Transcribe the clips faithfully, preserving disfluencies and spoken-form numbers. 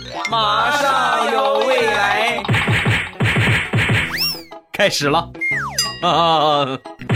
马上有未来， 开始了啊！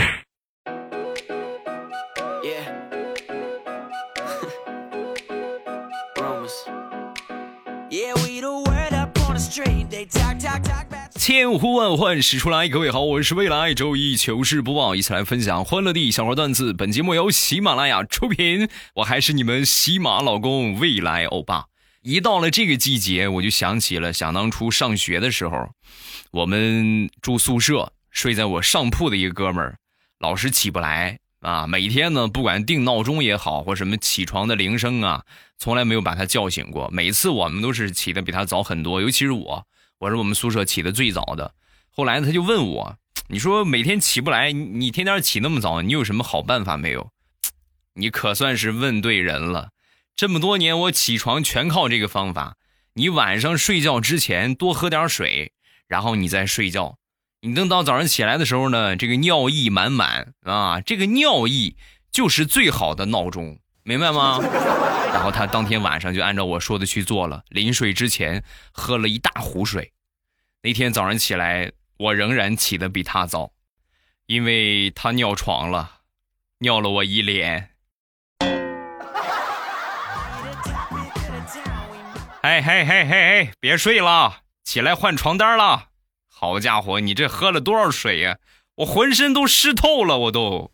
千呼万唤始出来，各位好，我是未来周一糗事播报，一起来分享欢乐地小花段子。本节目由喜马拉雅出品，我还是你们喜马老公未来欧巴。一到了这个季节，我就想起了想当初上学的时候，我们住宿舍，睡在我上铺的一个哥们儿，老是起不来啊，每天呢不管定闹钟也好，或什么起床的铃声啊，从来没有把他叫醒过。每次我们都是起得比他早很多，尤其是我，我是我们宿舍起得最早的。后来他就问我，你说每天起不来，你天天起那么早，你有什么好办法没有？你可算是问对人了。这么多年我起床全靠这个方法，你晚上睡觉之前多喝点水，然后你再睡觉。你等到早上起来的时候呢，这个尿意满满啊，这个尿意就是最好的闹钟，明白吗？然后他当天晚上就按照我说的去做了，临睡之前喝了一大壶水。那天早上起来，我仍然起得比他早，因为他尿床了，尿了我一脸。嘿嘿嘿嘿嘿，别睡了，起来换床单了。好家伙，你这喝了多少水呀？我浑身都湿透了，我都。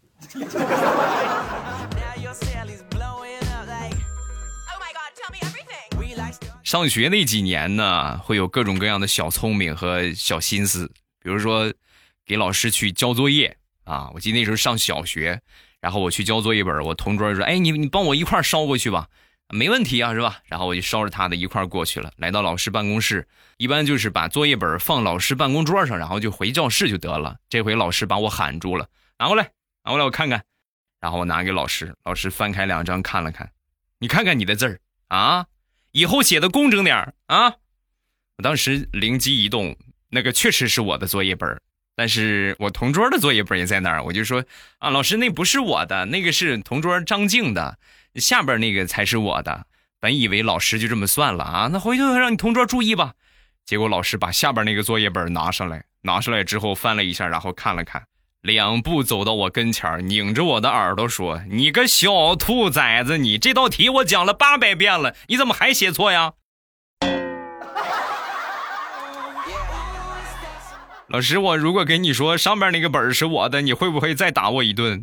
上学那几年呢，会有各种各样的小聪明和小心思，比如说给老师去交作业啊。我记得那时候上小学，然后我去交作业本，我同桌说：“哎，你你帮我一块捎过去吧。”没问题啊，是吧？然后我就捎着他的一块过去了，来到老师办公室，一般就是把作业本放老师办公桌上，然后就回教室就得了。这回老师把我喊住了，拿过来，拿过来我看看。然后我拿给老师，老师翻开两张看了看，你看看你的字儿啊，以后写的工整点啊。我当时灵机一动，那个确实是我的作业本，但是我同桌的作业本也在那儿，我就说啊，老师那不是我的，那个是同桌张静的。下边那个才是我的。本以为老师就这么算了啊，那回头让你同桌注意吧。结果老师把下边那个作业本拿上来，拿上来之后翻了一下，然后看了看，两步走到我跟前，拧着我的耳朵说：“你个小兔崽子，你这道题我讲了八百遍了，你怎么还写错呀？”老师，我如果跟你说上边那个本是我的，你会不会再打我一顿？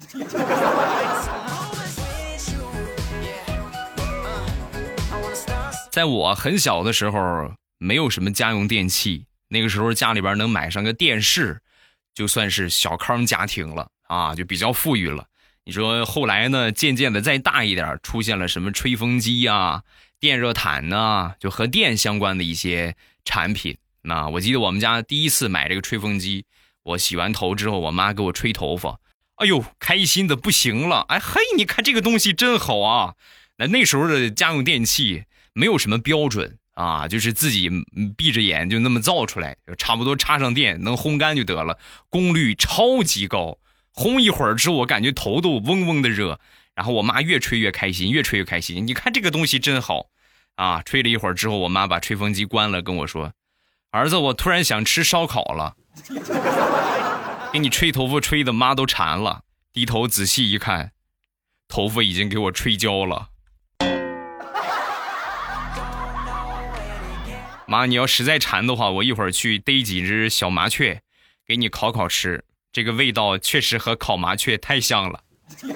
在我很小的时候，没有什么家用电器，那个时候家里边能买上个电视，就算是小康家庭了啊，就比较富裕了。你说后来呢，渐渐的再大一点，出现了什么吹风机啊、电热毯啊，就和电相关的一些产品。那我记得我们家第一次买这个吹风机，我洗完头之后，我妈给我吹头发，哎呦，开心的不行了！哎嘿，你看这个东西真好啊！那那时候的家用电器没有什么标准啊，就是自己闭着眼就那么造出来，差不多插上电能烘干就得了，功率超级高，烘一会儿之后我感觉头都嗡嗡的热，然后我妈越吹越开心，越吹越开心，你看这个东西真好啊！吹了一会儿之后，我妈把吹风机关了，跟我说：“儿子，我突然想吃烧烤了。”给你吹头发吹的妈都馋了，低头仔细一看，头发已经给我吹焦了。妈，你要实在馋的话，我一会儿去逮几只小麻雀给你烤烤吃，这个味道确实和烤麻雀太像了。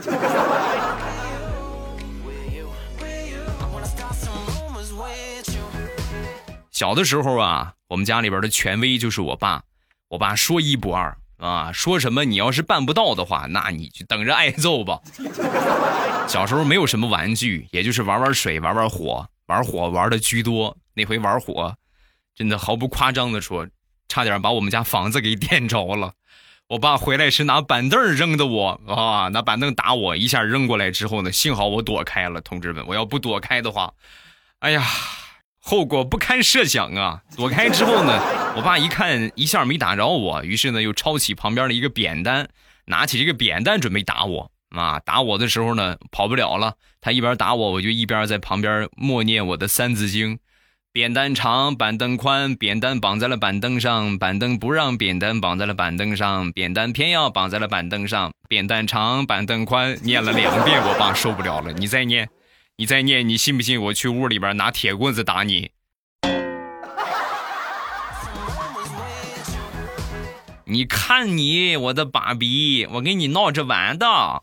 小的时候啊，我们家里边的权威就是我爸，我爸说一不二啊，说什么你要是办不到的话，那你就等着挨揍吧。小时候没有什么玩具，也就是玩玩水，玩玩火，玩火玩的居多。那回玩火真的毫不夸张的说，差点把我们家房子给点着了。我爸回来是拿板凳扔的我啊，拿板凳打我一下，扔过来之后呢，幸好我躲开了，同志们，我要不躲开的话，哎呀，后果不堪设想啊！躲开之后呢，我爸一看一下没打着我，于是呢又抄起旁边的一个扁担，拿起这个扁担准备打我啊！打我的时候呢，跑不了了，他一边打我，我就一边在旁边默念我的三字经： 扁担长，板凳宽，扁担绑在了板凳上，板凳不让扁担绑在了板凳上，扁担偏要绑在了板凳上，扁担长，板凳宽，念了两遍，我爸受不了了，你再念，你再念，你信不信我去屋里边拿铁棍子打你？你看你，我的爸比，我跟你闹着玩的。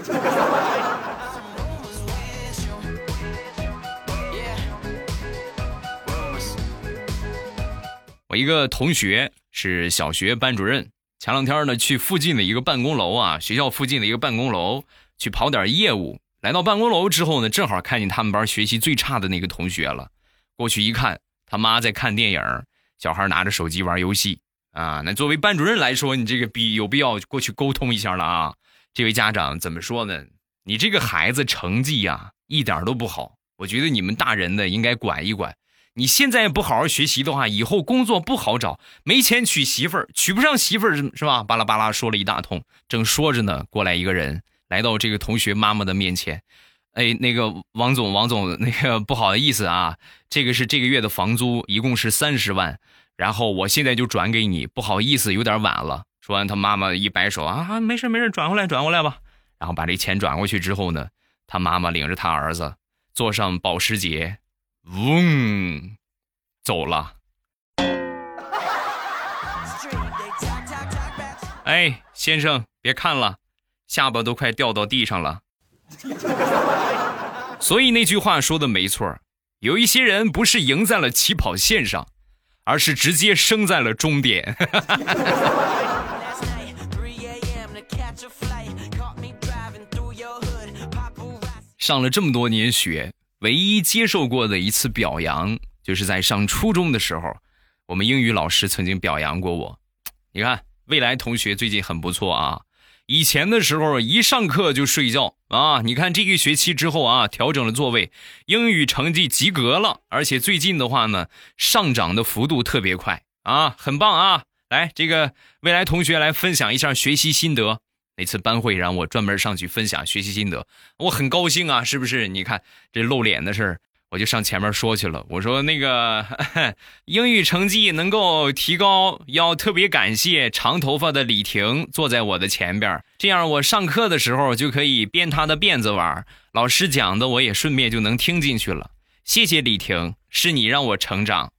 我一个同学是小学班主任，前两天呢去附近的一个办公楼啊，学校附近的一个办公楼去跑点业务。来到办公楼之后呢，正好看见他们班学习最差的那个同学了。过去一看，他妈在看电影，小孩拿着手机玩游戏啊。那作为班主任来说，你这个必有必要过去沟通一下了啊。这位家长怎么说呢？你这个孩子成绩呀一点都不好，我觉得你们大人呢应该管一管。你现在不好好学习的话，以后工作不好找，没钱娶媳妇儿，娶不上媳妇儿是吧？巴拉巴拉说了一大通。正说着呢，过来一个人来到这个同学妈妈的面前。哎，那个王总王总那个不好意思啊，这个是这个月的房租，一共是三十万，然后我现在就转给你，不好意思有点晚了。说完他妈妈一摆手啊，没事没事，转过来转过来吧。然后把这钱转过去之后呢，他妈妈领着他儿子坐上保时捷，嗡，走了。哎，先生别看了，下巴都快掉到地上了。所以那句话说的没错，有一些人不是赢在了起跑线上，而是直接升在了终点。上了这么多年学，唯一接受过的一次表扬，就是在上初中的时候，我们英语老师曾经表扬过我。你看，未来同学最近很不错啊。以前的时候一上课就睡觉啊，你看这个学期之后啊，调整了座位，英语成绩及格了，而且最近的话呢，上涨的幅度特别快啊，很棒啊！来，这个未来同学来分享一下学习心得。那次班会让我专门上去分享学习心得，我很高兴啊，是不是？你看这露脸的事儿，我就上前面说去了。我说那个呵呵英语成绩能够提高，要特别感谢长头发的李婷坐在我的前边，这样我上课的时候就可以编她的辫子玩，老师讲的我也顺便就能听进去了。谢谢李婷，是你让我成长。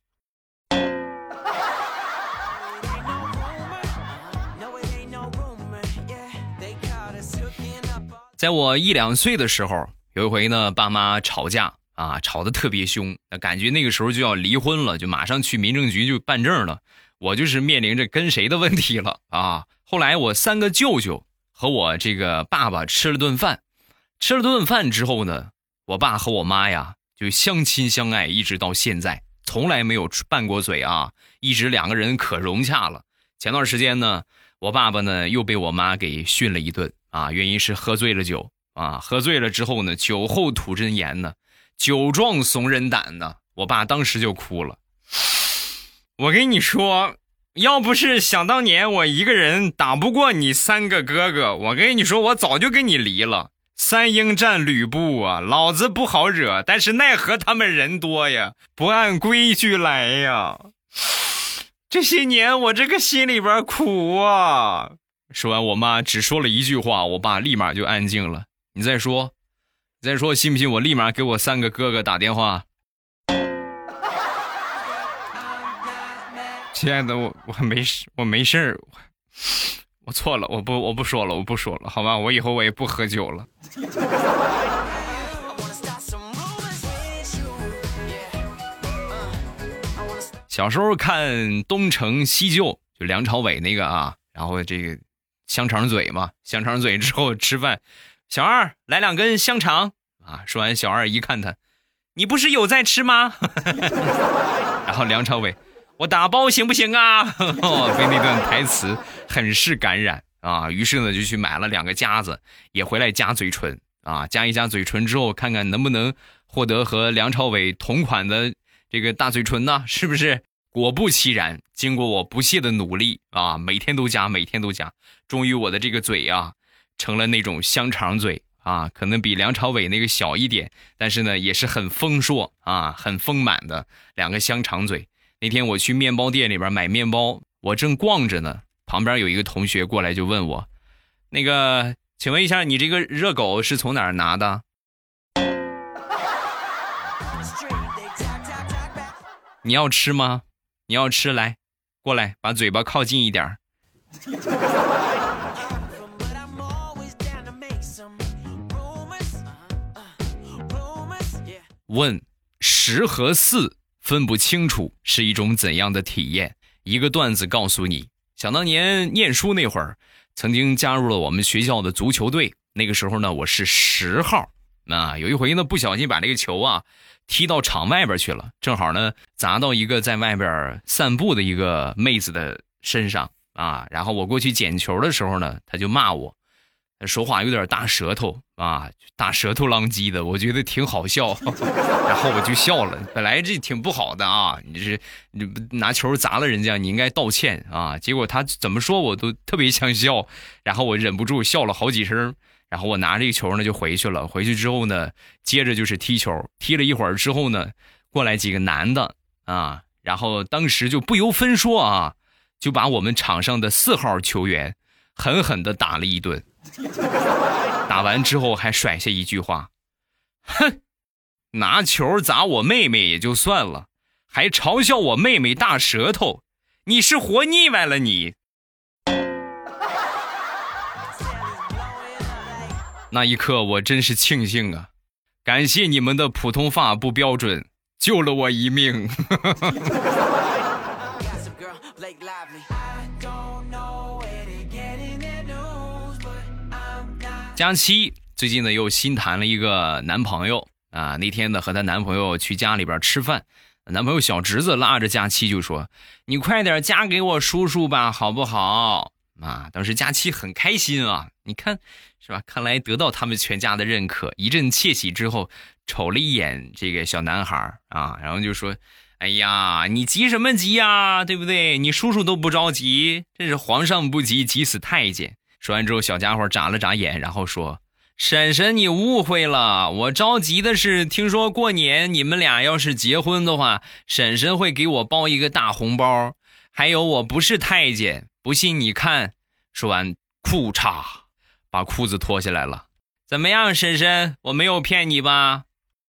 在我一两岁的时候，有一回呢，爸妈吵架啊，吵得特别凶，那感觉那个时候就要离婚了，就马上去民政局就办证了。我就是面临着跟谁的问题了啊。后来我三个舅舅和我这个爸爸吃了顿饭，吃了顿饭之后呢，我爸和我妈呀就相亲相爱，一直到现在，从来没有拌过嘴啊，一直两个人可融洽了。前段时间呢，我爸爸呢又被我妈给训了一顿啊，原因是喝醉了酒啊，喝醉了之后呢，酒后吐真言呢，酒壮怂人胆呢，我爸当时就哭了。我跟你说，要不是想当年我一个人打不过你三个哥哥，我跟你说我早就跟你离了。三英战吕布啊，老子不好惹，但是奈何他们人多呀，不按规矩来呀。这些年我这个心里边苦啊。说完我妈只说了一句话，我爸立马就安静了。你再说你再说信不信我立马给我三个哥哥打电话。亲爱的，我我没事，我没事，我错了，我不我不说了，我不说了，好吧，我以后我也不喝酒了。小时候看东成西就，就梁朝伟那个啊，然后这个香肠嘴嘛，香肠嘴之后吃饭，小二来两根香肠啊。说完，小二一看他，你不是有在吃吗？然后梁朝伟，我打包行不行啊？被那段台词很是感染啊。于是呢，就去买了两个夹子，也回来夹嘴唇啊，夹一夹嘴唇之后，看看能不能获得和梁朝伟同款的这个大嘴唇呢？是不是？果不其然，经过我不懈的努力啊，每天都夹，每天都夹，终于我的这个嘴啊，成了那种香肠嘴啊，可能比梁朝伟那个小一点，但是呢也是很丰硕啊，很丰满的两个香肠嘴。那天我去面包店里边买面包，我正逛着呢，旁边有一个同学过来就问我，那个请问一下，你这个热狗是从哪儿拿的？你要吃吗？你要吃，来过来，把嘴巴靠近一点。问十和四分不清楚是一种怎样的体验？一个段子告诉你，想当年念书那会儿，曾经加入了我们学校的足球队，那个时候呢我是十号。啊，有一回呢不小心把这个球啊踢到场外边去了，正好呢砸到一个在外边散步的一个妹子的身上啊，然后我过去捡球的时候呢，她就骂我，她说话有点大舌头啊，大舌头浪叽的，我觉得挺好笑，然后我就笑了。本来这挺不好的啊，你这是你拿球砸了人家，你应该道歉啊。结果她怎么说我都特别想笑，然后我忍不住笑了好几声。然后我拿这个球呢就回去了，回去之后呢，接着就是踢球，踢了一会儿之后呢，过来几个男的啊，然后当时就不由分说啊，就把我们场上的四号球员狠狠地打了一顿。打完之后还甩下一句话，哼，拿球砸我妹妹也就算了，还嘲笑我妹妹大舌头，你是活腻歪了你。那一刻我真是庆幸啊，感谢你们的普通话不标准，救了我一命。佳期最近呢又新谈了一个男朋友啊，那天呢和她男朋友去家里边吃饭，男朋友小侄子拉着佳期就说，你快点嫁给我叔叔吧好不好啊？当时佳期很开心啊，你看是吧？看来得到他们全家的认可，一阵窃喜之后，瞅了一眼这个小男孩啊，然后就说：“哎呀，你急什么急呀？对不对？你叔叔都不着急，这是皇上不急，急死太监。”说完之后，小家伙眨了眨眼，然后说：“婶婶，你误会了，我着急的是，听说过年你们俩要是结婚的话，婶婶会给我包一个大红包，还有我不是太监，不信你看。”说完，裤衩。把裤子脱下来了，怎么样，婶婶？我没有骗你吧？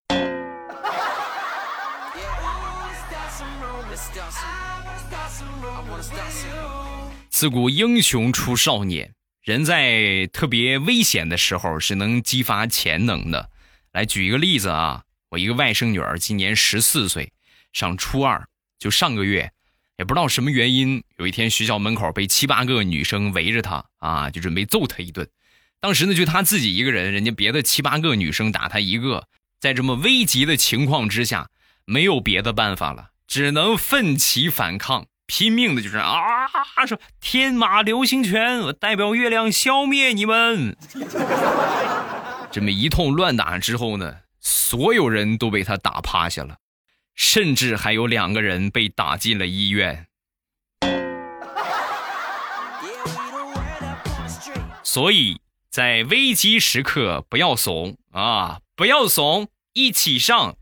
自古英雄出少年，人在特别危险的时候是能激发潜能的。来举一个例子啊，我一个外甥女儿今年十四岁，上初二，就上个月，也不知道什么原因，有一天学校门口被七八个女生围着她啊，就准备揍她一顿。当时呢，就他自己一个人，人家别的七八个女生打他一个，在这么危急的情况之下，没有别的办法了，只能奋起反抗，拼命的就是啊，说天马流星拳，我代表月亮消灭你们。这么一通乱打之后呢，所有人都被他打趴下了，甚至还有两个人被打进了医院。所以在危机时刻不要怂啊，不要怂，一起上。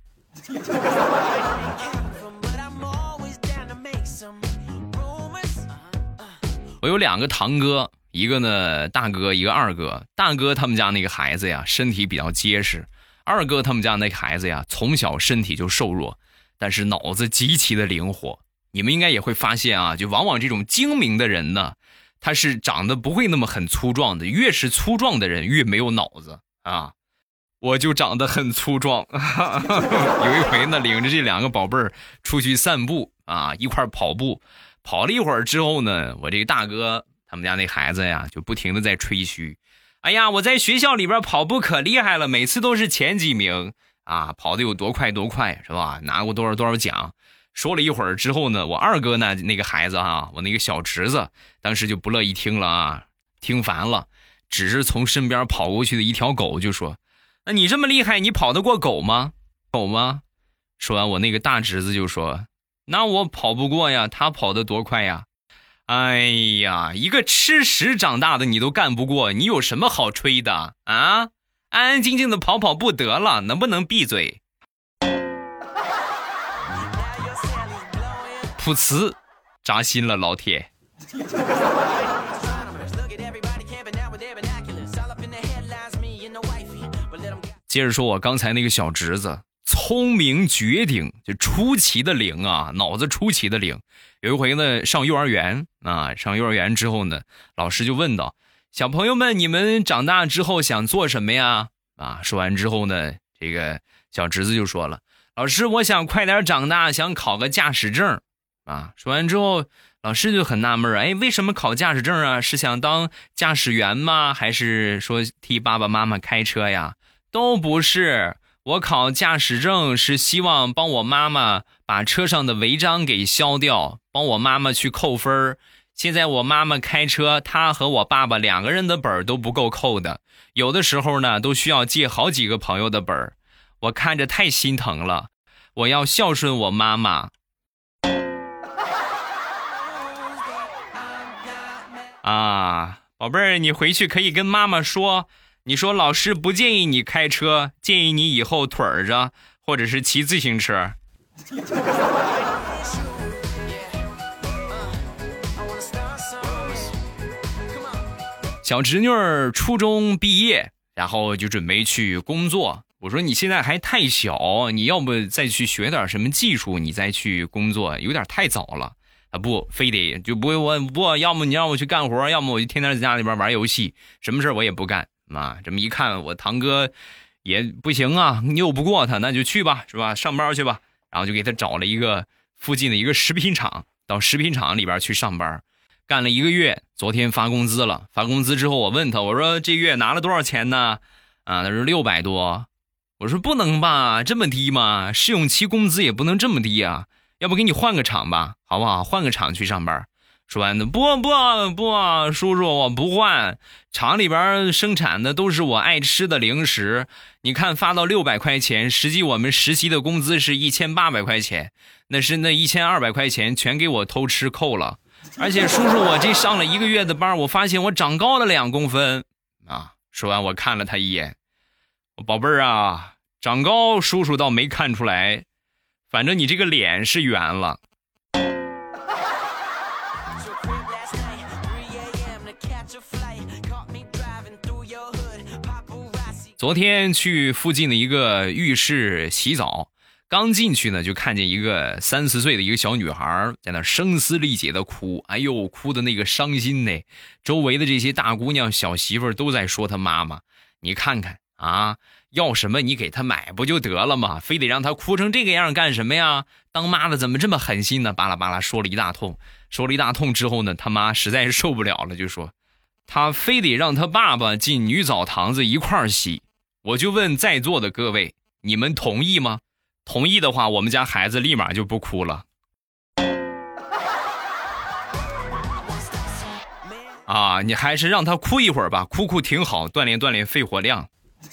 我有两个堂哥，一个呢大哥，一个二哥。大哥他们家那个孩子呀身体比较结实，二哥他们家那个孩子呀从小身体就瘦弱，但是脑子极其的灵活。你们应该也会发现啊，就往往这种精明的人呢，他是长得不会那么很粗壮的，越是粗壮的人越没有脑子啊。我就长得很粗壮。有一回呢，领着这两个宝贝儿出去散步啊，一块跑步，跑了一会儿之后呢，我这个大哥他们家那孩子呀就不停的在吹嘘，哎呀，我在学校里边跑步可厉害了，每次都是前几名啊，跑得有多快多快是吧，拿过多少多少奖。说了一会儿之后呢，我二哥呢那个孩子啊，我那个小侄子当时就不乐意听了啊，听烦了，只是从身边跑过去的一条狗就说，那你这么厉害，你跑得过狗吗？狗吗？说完我那个大侄子就说，那我跑不过呀，他跑得多快呀。哎呀，一个吃屎长大的你都干不过，你有什么好吹的啊？ 安安静静的跑跑步得了，能不能闭嘴？噗呲，扎心了，老铁。接着说我刚才那个小侄子，聪明绝顶，就出奇的灵啊，脑子出奇的灵。有一回呢，上幼儿园啊，上幼儿园之后呢，老师就问道：“小朋友们，你们长大之后想做什么呀？”啊，说完之后呢，这个小侄子就说了：“老师，我想快点长大，想考个驾驶证。”啊，说完之后，老师就很纳闷，哎，为什么考驾驶证啊？是想当驾驶员吗？还是说替爸爸妈妈开车呀？都不是，我考驾驶证是希望帮我妈妈把车上的违章给消掉，帮我妈妈去扣分。现在我妈妈开车，她和我爸爸两个人的本都不够扣的，有的时候呢都需要借好几个朋友的本，我看着太心疼了，我要孝顺我妈妈。啊，宝贝儿，你回去可以跟妈妈说，你说老师不建议你开车，建议你以后腿儿着，或者是骑自行车。小侄女儿初中毕业，然后就准备去工作。我说你现在还太小，你要不再去学点什么技术，你再去工作，有点太早了。啊不，非得就不我不，要么你让我去干活，要么我就天天在家里边玩游戏，什么事我也不干啊。这么一看，我堂哥也不行啊，拗不过他，那就去吧，是吧？上班去吧。然后就给他找了一个附近的一个食品厂，到食品厂里边去上班，干了一个月。昨天发工资了，发工资之后我问他，我说这月拿了多少钱呢？啊，他说六百多。我说不能吧，这么低吗？试用期工资也不能这么低啊。要不给你换个厂吧，好不好？换个厂去上班。说完的，不不不，叔叔我不换，厂里边生产的都是我爱吃的零食。你看发到六百块钱，实际我们实习的工资是一千八百块钱，那是那一千二百块钱全给我偷吃扣了。而且叔叔，我这上了一个月的班，我发现我长高了两公分啊！说完我看了他一眼，我宝贝儿啊，长高叔叔倒没看出来。反正你这个脸是圆了。昨天去附近的一个浴室洗澡，刚进去呢，就看见一个三四岁的一个小女孩在那声嘶力竭的哭，哎呦，哭的那个伤心呢。周围的这些大姑娘小媳妇都在说她妈妈，你看看啊，要什么你给她买不就得了吗？非得让她哭成这个样干什么呀？当妈的怎么这么狠心呢？巴拉巴拉说了一大通，说了一大通之后呢，他妈实在是受不了了，就说他非得让他爸爸进女澡堂子一块儿洗。我就问在座的各位，你们同意吗？同意的话，我们家孩子立马就不哭了。啊，你还是让他哭一会儿吧，哭哭挺好，锻炼锻炼肺活量。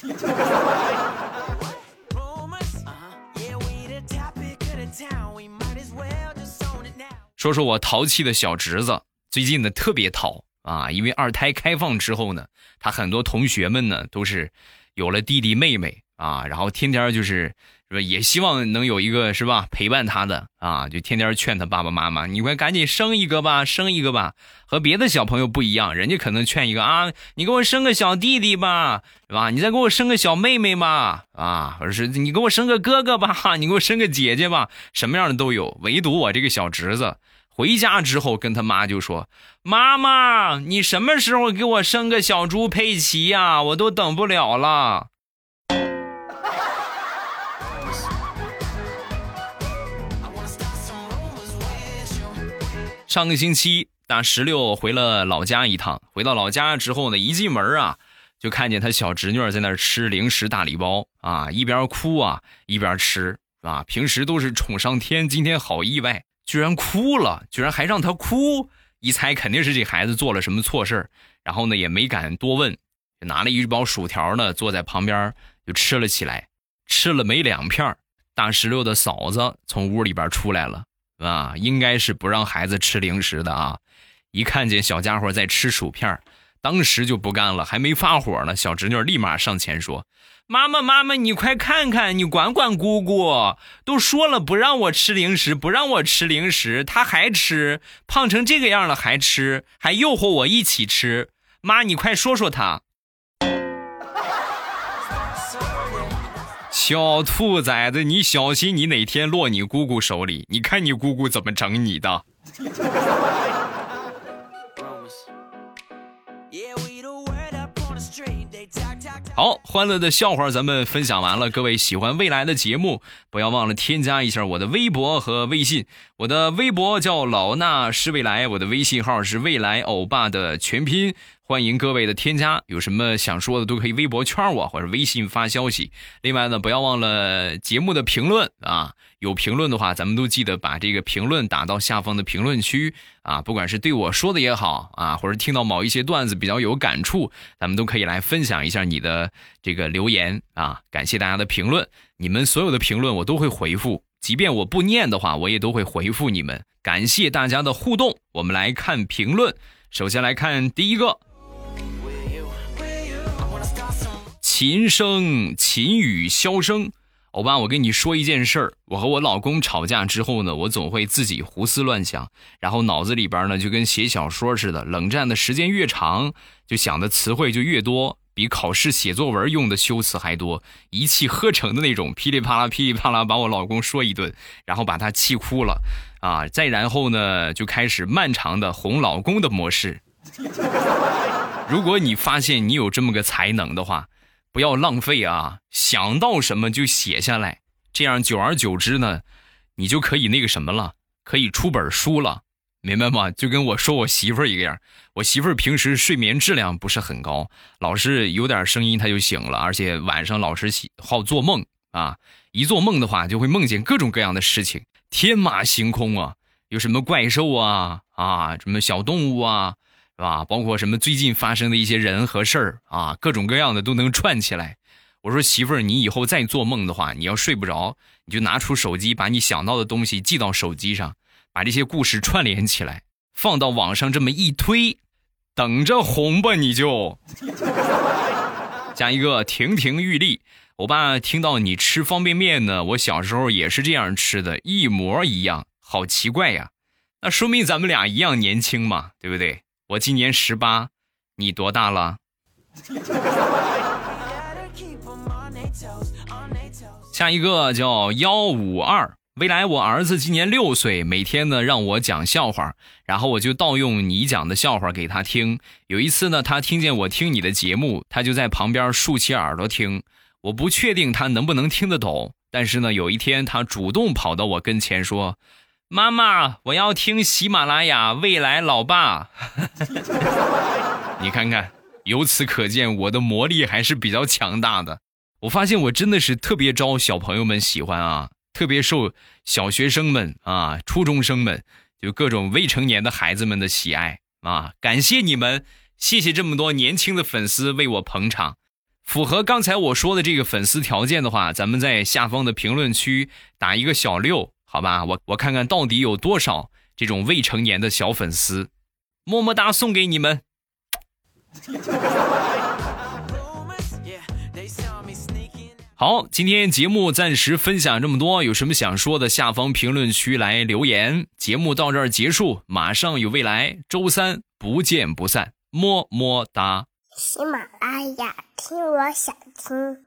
说说我淘气的小侄子，最近呢特别淘啊，因为二胎开放之后呢，他很多同学们呢都是有了弟弟妹妹啊，然后天天就是是吧，也希望能有一个是吧陪伴他的啊，就天天劝他爸爸妈妈，你快赶紧生一个吧，生一个吧。和别的小朋友不一样，人家可能劝一个啊，你给我生个小弟弟吧，是吧？你再给我生个小妹妹吧，啊，或者是你给我生个哥哥吧，你给我生个姐姐吧，什么样的都有。唯独我这个小侄子回家之后跟他妈就说，妈妈，你什么时候给我生个小猪佩奇呀？我都等不了了。上个星期大石榴回了老家一趟，回到老家之后呢，一进门啊，就看见他小侄女在那儿吃零食大礼包啊，一边哭啊一边吃啊，平时都是宠上天，今天好意外，居然哭了，居然还让他哭，一猜肯定是这孩子做了什么错事，然后呢也没敢多问，就拿了一包薯条呢，坐在旁边就吃了起来，吃了没两片，大石榴的嫂子从屋里边出来了啊，应该是不让孩子吃零食的啊。一看见小家伙在吃薯片， 当时就不干了，还没发火呢，小侄女立马上前说：妈妈妈妈，你快看看，你管管姑姑，都说了不让我吃零食，不让我吃零食，她还吃，胖成这个样了还吃，还诱惑我一起吃，妈你快说说她。小兔崽子，你小心你哪天落你姑姑手里，你看你姑姑怎么整你的。好，欢乐的笑话咱们分享完了，各位喜欢未来的节目，不要忘了添加一下我的微博和微信。我的微博叫老衲是未来，我的微信号是未来欧巴的全拼，欢迎各位的添加，有什么想说的都可以微博圈我或者微信发消息。另外呢，不要忘了节目的评论啊，有评论的话咱们都记得把这个评论打到下方的评论区啊，不管是对我说的也好啊，或者听到某一些段子比较有感触，咱们都可以来分享一下你的这个留言啊，感谢大家的评论，你们所有的评论我都会回复，即便我不念的话我也都会回复你们，感谢大家的互动。我们来看评论，首先来看第一个，琴声琴语箫声。欧巴，我跟你说一件事儿，我和我老公吵架之后呢，我总会自己胡思乱想，然后脑子里边呢就跟写小说似的，冷战的时间越长，就想的词汇就越多，比考试写作文用的修辞还多，一气呵成的那种，噼里啪啦噼里啪啦把我老公说一顿，然后把他气哭了啊！再然后呢，就开始漫长的哄老公的模式。如果你发现你有这么个才能的话，不要浪费啊，想到什么就写下来，这样久而久之呢，你就可以那个什么了，可以出本书了，明白吗？就跟我说我媳妇儿一个样，我媳妇儿平时睡眠质量不是很高，老是有点声音她就醒了，而且晚上老是好做梦啊，一做梦的话就会梦见各种各样的事情，天马行空啊，有什么怪兽啊啊，什么小动物啊，是吧？包括什么最近发生的一些人和事儿啊，各种各样的都能串起来。我说媳妇儿，你以后再做梦的话，你要睡不着，你就拿出手机，把你想到的东西记到手机上，把这些故事串联起来，放到网上这么一推，等着红吧你就。加一个亭亭玉立，我爸听到你吃方便面呢，我小时候也是这样吃的，一模一样，好奇怪呀。那说明咱们俩一样年轻嘛，对不对？我今年十八，你多大了？下一个叫幺五二，未来我儿子今年六岁，每天呢让我讲笑话，然后我就盗用你讲的笑话给他听。有一次呢，他听见我听你的节目，他就在旁边竖起耳朵听。我不确定他能不能听得懂，但是呢，有一天他主动跑到我跟前说：妈妈，我要听喜马拉雅未来老爸。你看看，由此可见我的魔力还是比较强大的。我发现我真的是特别招小朋友们喜欢啊，特别受小学生们啊、初中生们，就各种未成年的孩子们的喜爱啊！感谢你们，谢谢这么多年轻的粉丝为我捧场。符合刚才我说的这个粉丝条件的话，咱们在下方的评论区打一个小六，好吧？我我看看到底有多少这种未成年的小粉丝，么么哒送给你们。好，今天节目暂时分享这么多，有什么想说的下方评论区来留言。节目到这儿结束，马上有未来，周三不见不散，么么哒。 喜马拉雅，听我想听。